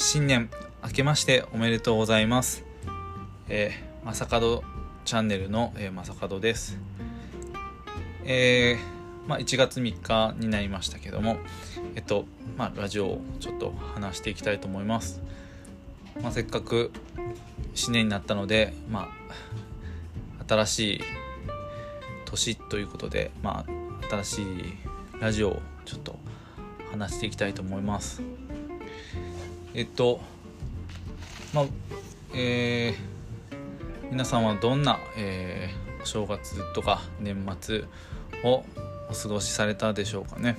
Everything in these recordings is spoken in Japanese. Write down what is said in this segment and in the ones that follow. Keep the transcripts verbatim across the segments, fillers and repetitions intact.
新年明けましておめでとうございます。えー、まさかどチャンネルの、えー、まさかどです。えーまあ、いちがつみっかになりましたけども、えっとまあ、ラジオをちょっと話していきたいと思います。まあ、せっかく新年になったので、まあ、新しい年ということで、まあ、新しいラジオをちょっと話していきたいと思います。えっとまあえー、皆さんはどんな、えー、お正月とか年末をお過ごしされたでしょうかね。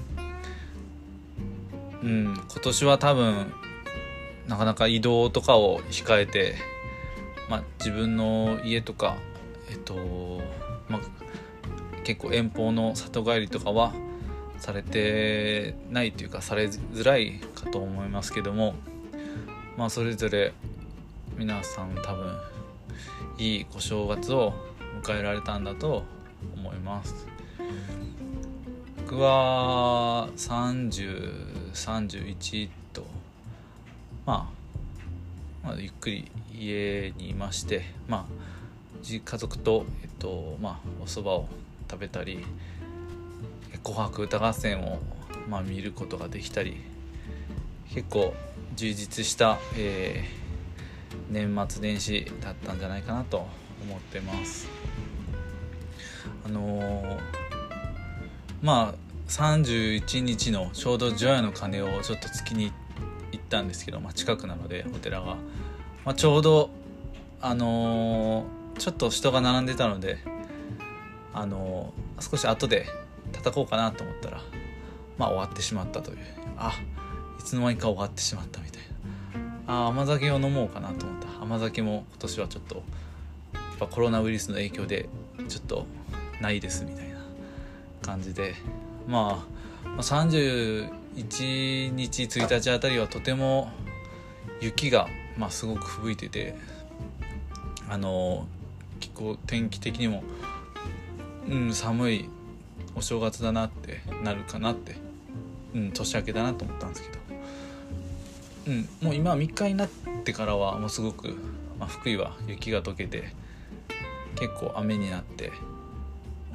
うん、今年は多分なかなか移動とかを控えて、まあ、自分の家とか、えっとまあ、結構遠方の里帰りとかはされてないというかされづらいかと思いますけども、まあそれぞれ皆さん多分いいお正月を迎えられたんだと思います。僕はさんじゅう、さんじゅういちと、まあ、まあゆっくり家にいまして、まあ家族とえっとまあお蕎麦を食べたり、紅白歌合戦をまあ見ることができたり、結構充実した、えー、年末年始だったんじゃないかなと思ってます。あのー、まあさんじゅういちにちのちょうど除夜の鐘をちょっとつきに行ったんですけど、まあ、近くなのでお寺が、まあ、ちょうどあのー、ちょっと人が並んでたので、あのー、少し後で叩こうかなと思ったら、まあ終わってしまったという、あいつの間にか終わってしまったみたいな。あ甘酒を飲もうかなと思った。甘酒も今年はちょっとやっぱコロナウイルスの影響でちょっとないですみたいな感じで、まあさんじゅういちにちついたちあたりはとても雪が、まあ、すごく吹雪いてて、あの結構天気的にも、うん、寒いお正月だなってなるかなって、うん、年明けだなと思ったんですけど、うん、もう今みっかになってからはもうすごく、まあ、福井は雪が溶けて結構雨になって、うん、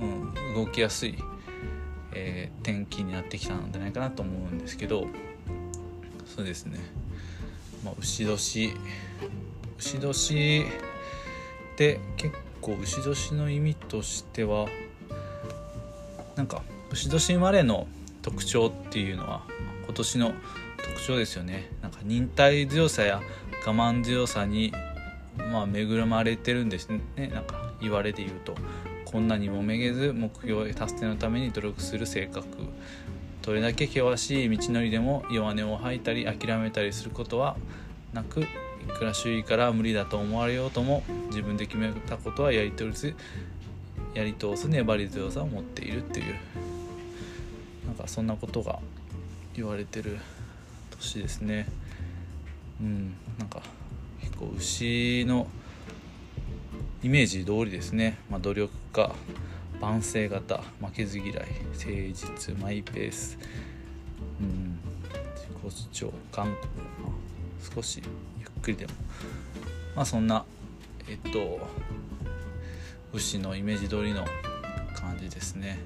動きやすい、えー、天気になってきたんじゃないかなと思うんですけど、そうですね、まあ、牛年牛年で結構牛年の意味としてはなんか牛年生まれの特徴っていうのは今年の特徴ですよね。なんか忍耐強さや我慢強さにまあ恵まれてるんですね。なんか言われで言うと、こんなにもめげず目標達成のために努力する性格、どれだけ険しい道のりでも弱音を吐いたり諦めたりすることはなく、いくら周囲から無理だと思われようとも自分で決めたことはやり通すやり通す粘り強さを持っているっていう、なんかそんなことが言われてる年ですね。うん、なんか結構牛のイメージ通りですね。まあ、努力家、万世型、負けず嫌い、誠実、マイペース、うん、自己主張、頑固、まあ、少しゆっくりでも、まあそんなえっと牛のイメージ通りの感じですね。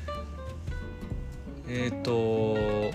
えっと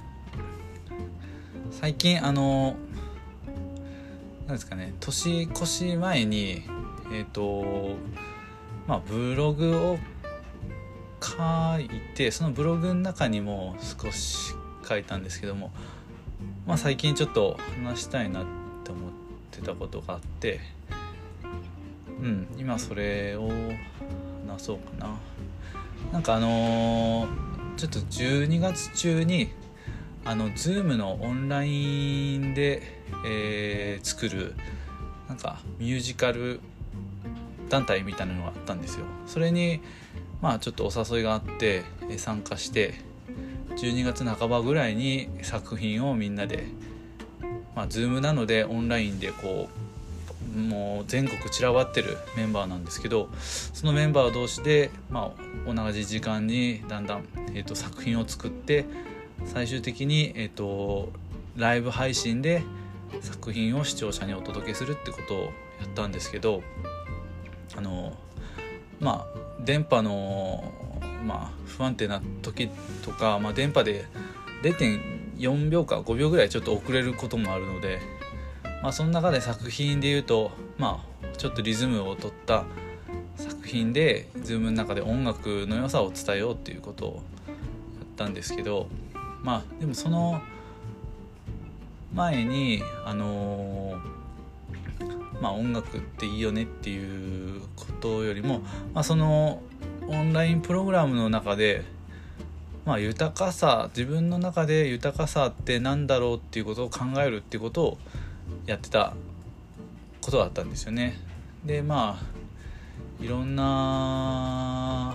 最近あのなんですかね、年越し前にえっとまあブログを書いて、そのブログの中にも少し書いたんですけども、まあ最近ちょっと話したいなって思ってたことがあって、うん、今それを話そうかな。なんかあのー、ちょっとじゅうにがつ中にあの Zoom のオンラインで、えー、作るなんかミュージカル団体みたいなのがあったんですよ。それにまあちょっとお誘いがあって参加して、じゅうにがつなかばぐらいに作品をみんなで、まあ Zoom なのでオンラインでこうもう全国散らばってるメンバーなんですけど、そのメンバー同士で、まあ、同じ時間にだんだん、えーと、作品を作って最終的に、えーと、ライブ配信で作品を視聴者にお届けするってことをやったんですけど、あのまあ電波の、まあ、不安定な時とか、まあ、電波で れいてんよんびょうかごびょうぐらいちょっと遅れることもあるので、まあ、その中で作品でいうと、まあ、ちょっとリズムを取った作品で Zoom の中で音楽の良さを伝えようっていうことをやったんですけど、まあでもその前にあのー、まあ音楽っていいよねっていうことよりも、まあ、そのオンラインプログラムの中で、まあ、豊かさ、自分の中で豊かさってなんだろうっていうことを考えるっていうことをやってたことだったんですよね。でまあいろんな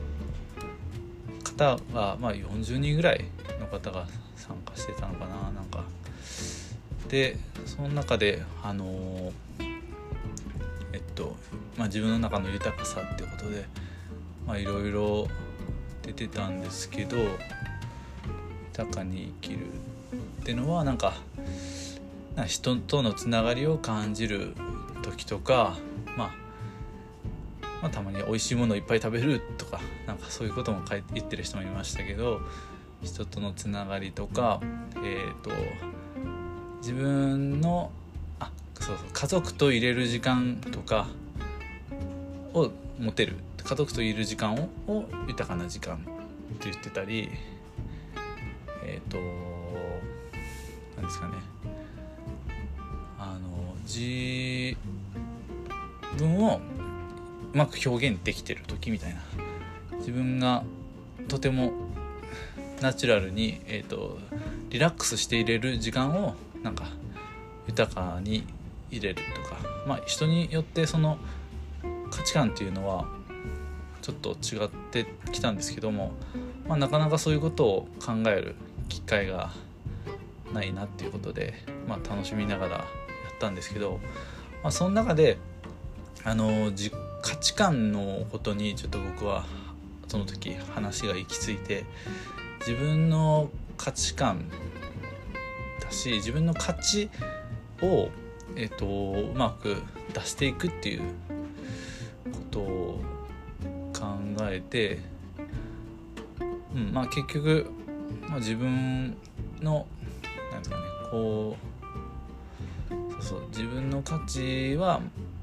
方が、まあ、よんじゅうにんぐらいの方が参加してたのかな、なんかでその中であのえっと、まあ、自分の中の豊かさっていうことでいろいろ出てたんですけど、豊かに生きるっていうのはなんか人とのつながりを感じる時とか、まあまあ、たまに美味しいものをいっぱい食べるとか、なんかそういうことも書いて言ってる人もいましたけど、人とのつながりとか、えーと、自分のあそうそう家族と入れる時間とかを持てる、家族といる時間をを豊かな時間って言ってたり、えっ、ー、と何ですかね、あの自分をうまく表現できてる時みたいな、自分がとてもナチュラルに、えーと、リラックスしていれる時間をなんか豊かに入れるとか、まあ人によってその価値観っていうのはちょっと違ってきたんですけども、まあ、なかなかそういうことを考える機会がないなっていうことで、まあ、楽しみながらやったんですけど、まあ、その中であのじ価値観のことにちょっと僕はその時話が行き着いて、自分の価値観だし自分の価値を、えーと、うまく出していくっていうことを考えて、うんまあ、結局、まあ、自分のなんですかね、こうそうそう自分の価値は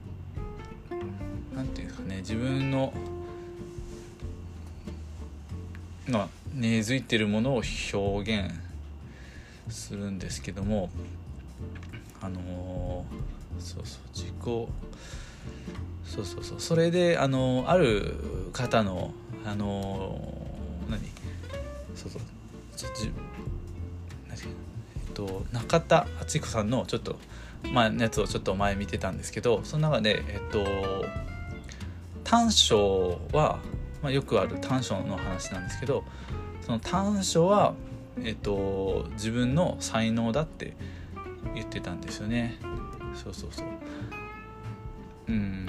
なんていうかね、自分のまあ根付いてるものを表現するんですけども、あのー、そうそう自己そうそうそうそれであのある方のあの何そうそうちょっと何えっと中田敦彦さんのちょっとまあやつをちょっと前見てたんですけど、その中でえっと短所は、まあ、よくある短所の話なんですけど、その短所はえっと自分の才能だって言ってたんですよね。そうそうそううん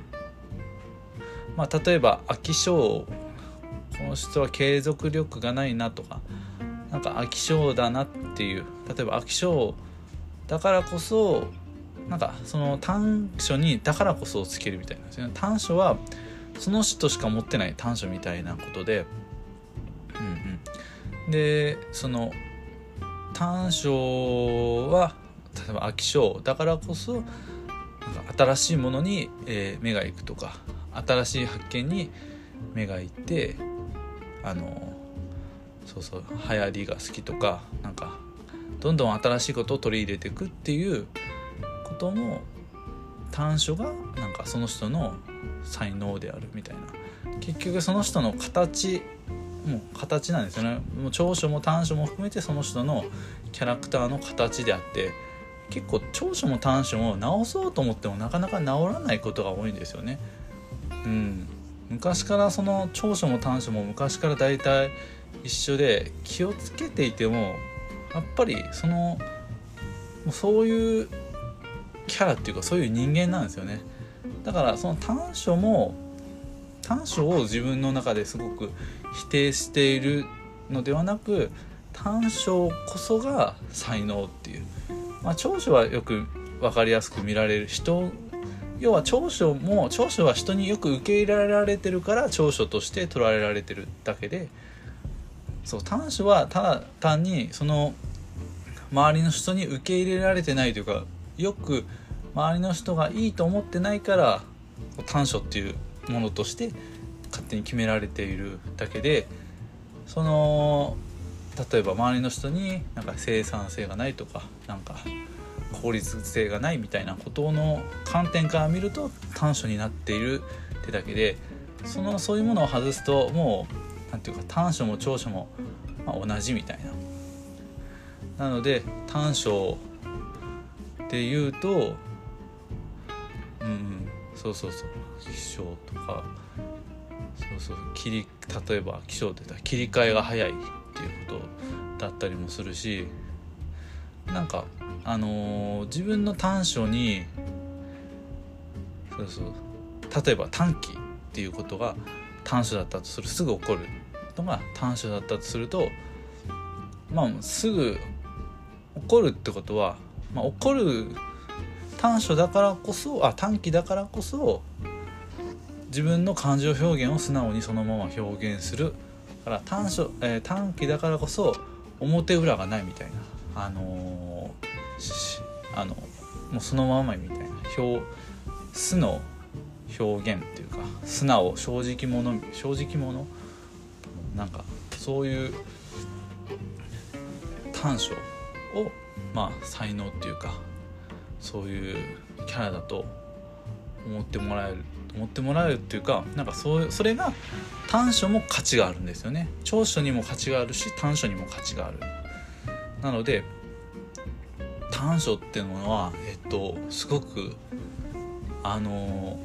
まあ、例えば飽き性、この人は継続力がないなとか、なんか飽き性だなっていう、例えば飽き性だからこそなんかその短所にだからこそをつけるみたいなんですよね。短所はその人しか持ってない短所みたいなことで、うんうん、でその短所は例えば飽き性だからこそなんか新しいものに、えー、目がいくとか、新しい発見に目がいってあのそうそう流行りが好きとか、なんかどんどん新しいことを取り入れていくっていうことも短所がなんかその人の才能であるみたいな、結局その人の形もう形なんですよね。もう長所も短所も含めてその人のキャラクターの形であって、結構長所も短所も直そうと思ってもなかなか直らないことが多いんですよね。うん、昔からその長所も短所も昔からだいたい一緒で、気をつけていてもやっぱりそのそういうキャラっていうかそういう人間なんですよね。だからその短所も短所を自分の中ですごく否定しているのではなく、短所こそが才能っていうまあ、長所はよく分かりやすく見られる人、要は長所も長所は人によく受け入れられてるから長所として捉えられてるだけで、そう短所はただ単にその周りの人に受け入れられてないというか、よく周りの人がいいと思ってないから短所っていうものとして勝手に決められているだけで、その例えば周りの人になんか生産性がないとか、なんか効率性がないみたいなことの観点から見ると短所になっているってだけで、そのそういうものを外すともうなんていうか短所も長所もまあ同じみたいな。なので短所で言うと、うん、そうそうそう気象とか、そうそう切り例えば気象って言ったら切り替えが早いっていうことだったりもするし、なんかあのー、自分の短所にそうそう例えば短期っていうことが短所だったとする、すぐ起こるのが短所だったとすると、まあすぐ起こるってことは、まあ、起こる短所だからこそあ短期だからこそ自分の感情表現を素直にそのまま表現するから短所、えー、短期だからこそ表裏がないみたいな、あのー、あのもうそのままみたいな表素の表現っていうか、素直正直者正直者なんかそういう短所をまあ才能っていうかそういうキャラだと思ってもらえる思ってもらえるっていうか、なんかそうそれが短所も価値があるんですよね。長所にも価値があるし短所にも価値がある。なので短所っていうのはえっとすごくあの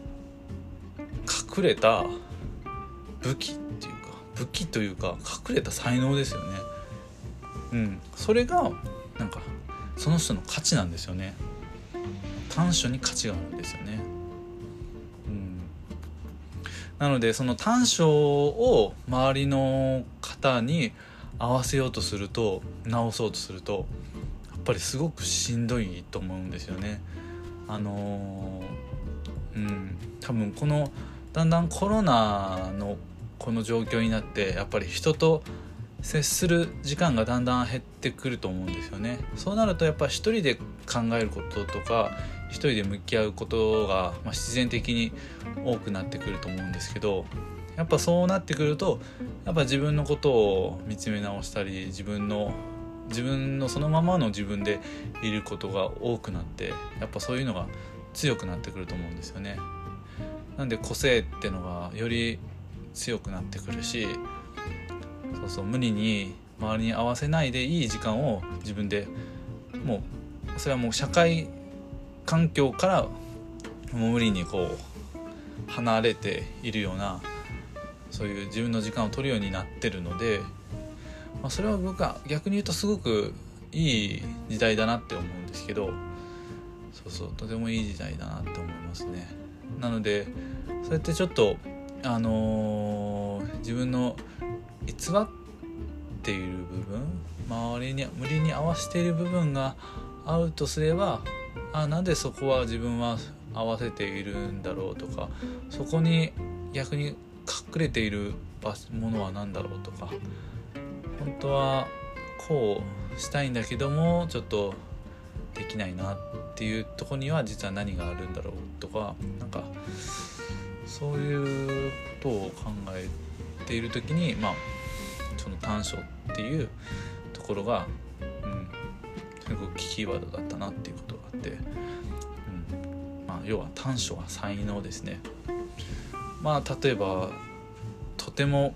隠れた武器っていうか武器というか隠れた才能ですよね。うん、それがなんかその人の価値なんですよね。短所に価値があるんですよね。うん、なのでその短所を周りの方に合わせようとすると直そうとするとやっぱりすごくしんどいと思うんですよね。あのー、うん多分このだんだんコロナのこの状況になってやっぱり人と接する時間がだんだん減ってくると思うんですよね。そうなるとやっぱ一人で考えることとか一人で向き合うことが、まあ、必然的に多くなってくると思うんですけど、やっぱそうなってくるとやっぱ自分のことを見つめ直したり自分の自分のそのままの自分でいることが多くなってやっぱそういうのが強くなってくると思うんですよね。なんで個性ってのがより強くなってくるし、そうそう無理に周りに合わせないでいい時間を自分でもうそれはもう社会環境からもう無理にこう離れているようなそういう自分の時間を取るようになってるので、まあ、それは僕は逆に言うとすごくいい時代だなって思うんですけど、そうそうとてもいい時代だなって思いますね。なのでそうやってちょっとあのー、自分の偽っている部分周りに無理に合わせている部分が合うとすれば、あなんでそこは自分は合わせているんだろうとか、そこに逆に隠れているものは何だろうとか、本当はこうしたいんだけどもちょっとできないなっていうところには実は何があるんだろうとか、なんかそういうことを考えているときに、まあその短所っていうところが、うん、すごくキーワードだったなっていうことがあって、うんまあ、要は短所は才能ですね。まあ例えばとても、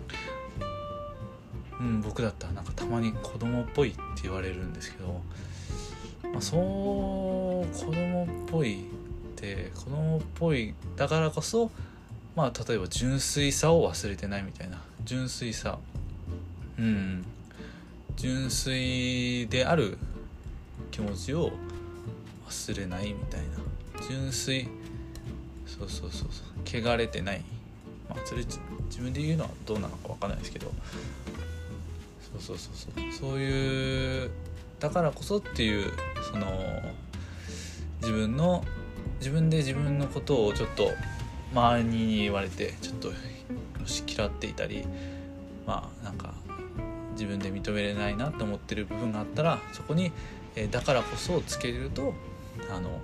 うん、僕だったらなんかたまに子供っぽいって言われるんですけど、まあ、そう子供っぽいって子供っぽいだからこそ、まあ例えば純粋さを忘れてないみたいな、純粋さうん、純粋である気持ちを忘れないみたいな、純粋そうそうそうそう汚れてない、まあそれ自分で言うのはどうなのか分かんないですけど、そうそうそうそうそういうだからこそっていう、その自分の自分で自分のことをちょっと周りに言われてちょっと押し嫌っていたり、まあなんか自分で認めれないなと思ってる部分があったら、そこに、えー、だからこそをつけると、あの、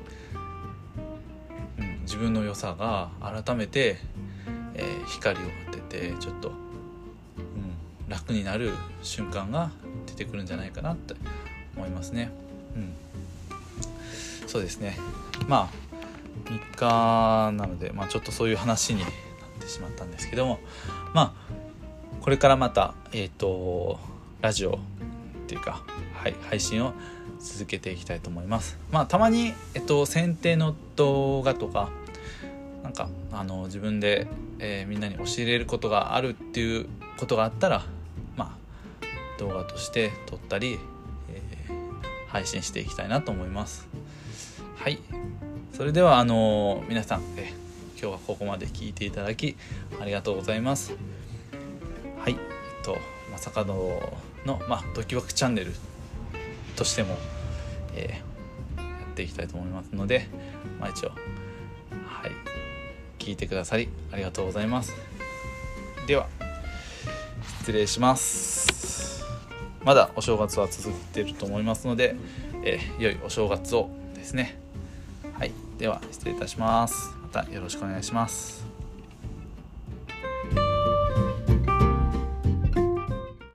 うん、自分の良さが改めて、えー、光を当ててちょっと、うん、楽になる瞬間が出てくるんじゃないかなって思いますね。うん、そうですね。まあみっかなので、まあ、ちょっとそういう話になってしまったんですけども、まあこれからまたえっとラジオっていうか、はい、配信を続けていきたいと思います。まあたまにえっと剪定の動画とかなんかあの自分で、えー、みんなに教えれることがあるっていうことがあったら、まあ動画として撮ったり、えー、配信していきたいなと思います。はい、それではあの皆さん、えー、今日はここまで聞いていただきありがとうございます。はい、えっとまさかののまあドキワクチャンネルとしても、えー、やっていきたいと思いますので、まあ一応はい聞いてくださりありがとうございます。では失礼します。まだお正月は続いていると思いますので、えー、良いお正月をですね。はい、では失礼いたします。またよろしくお願いします。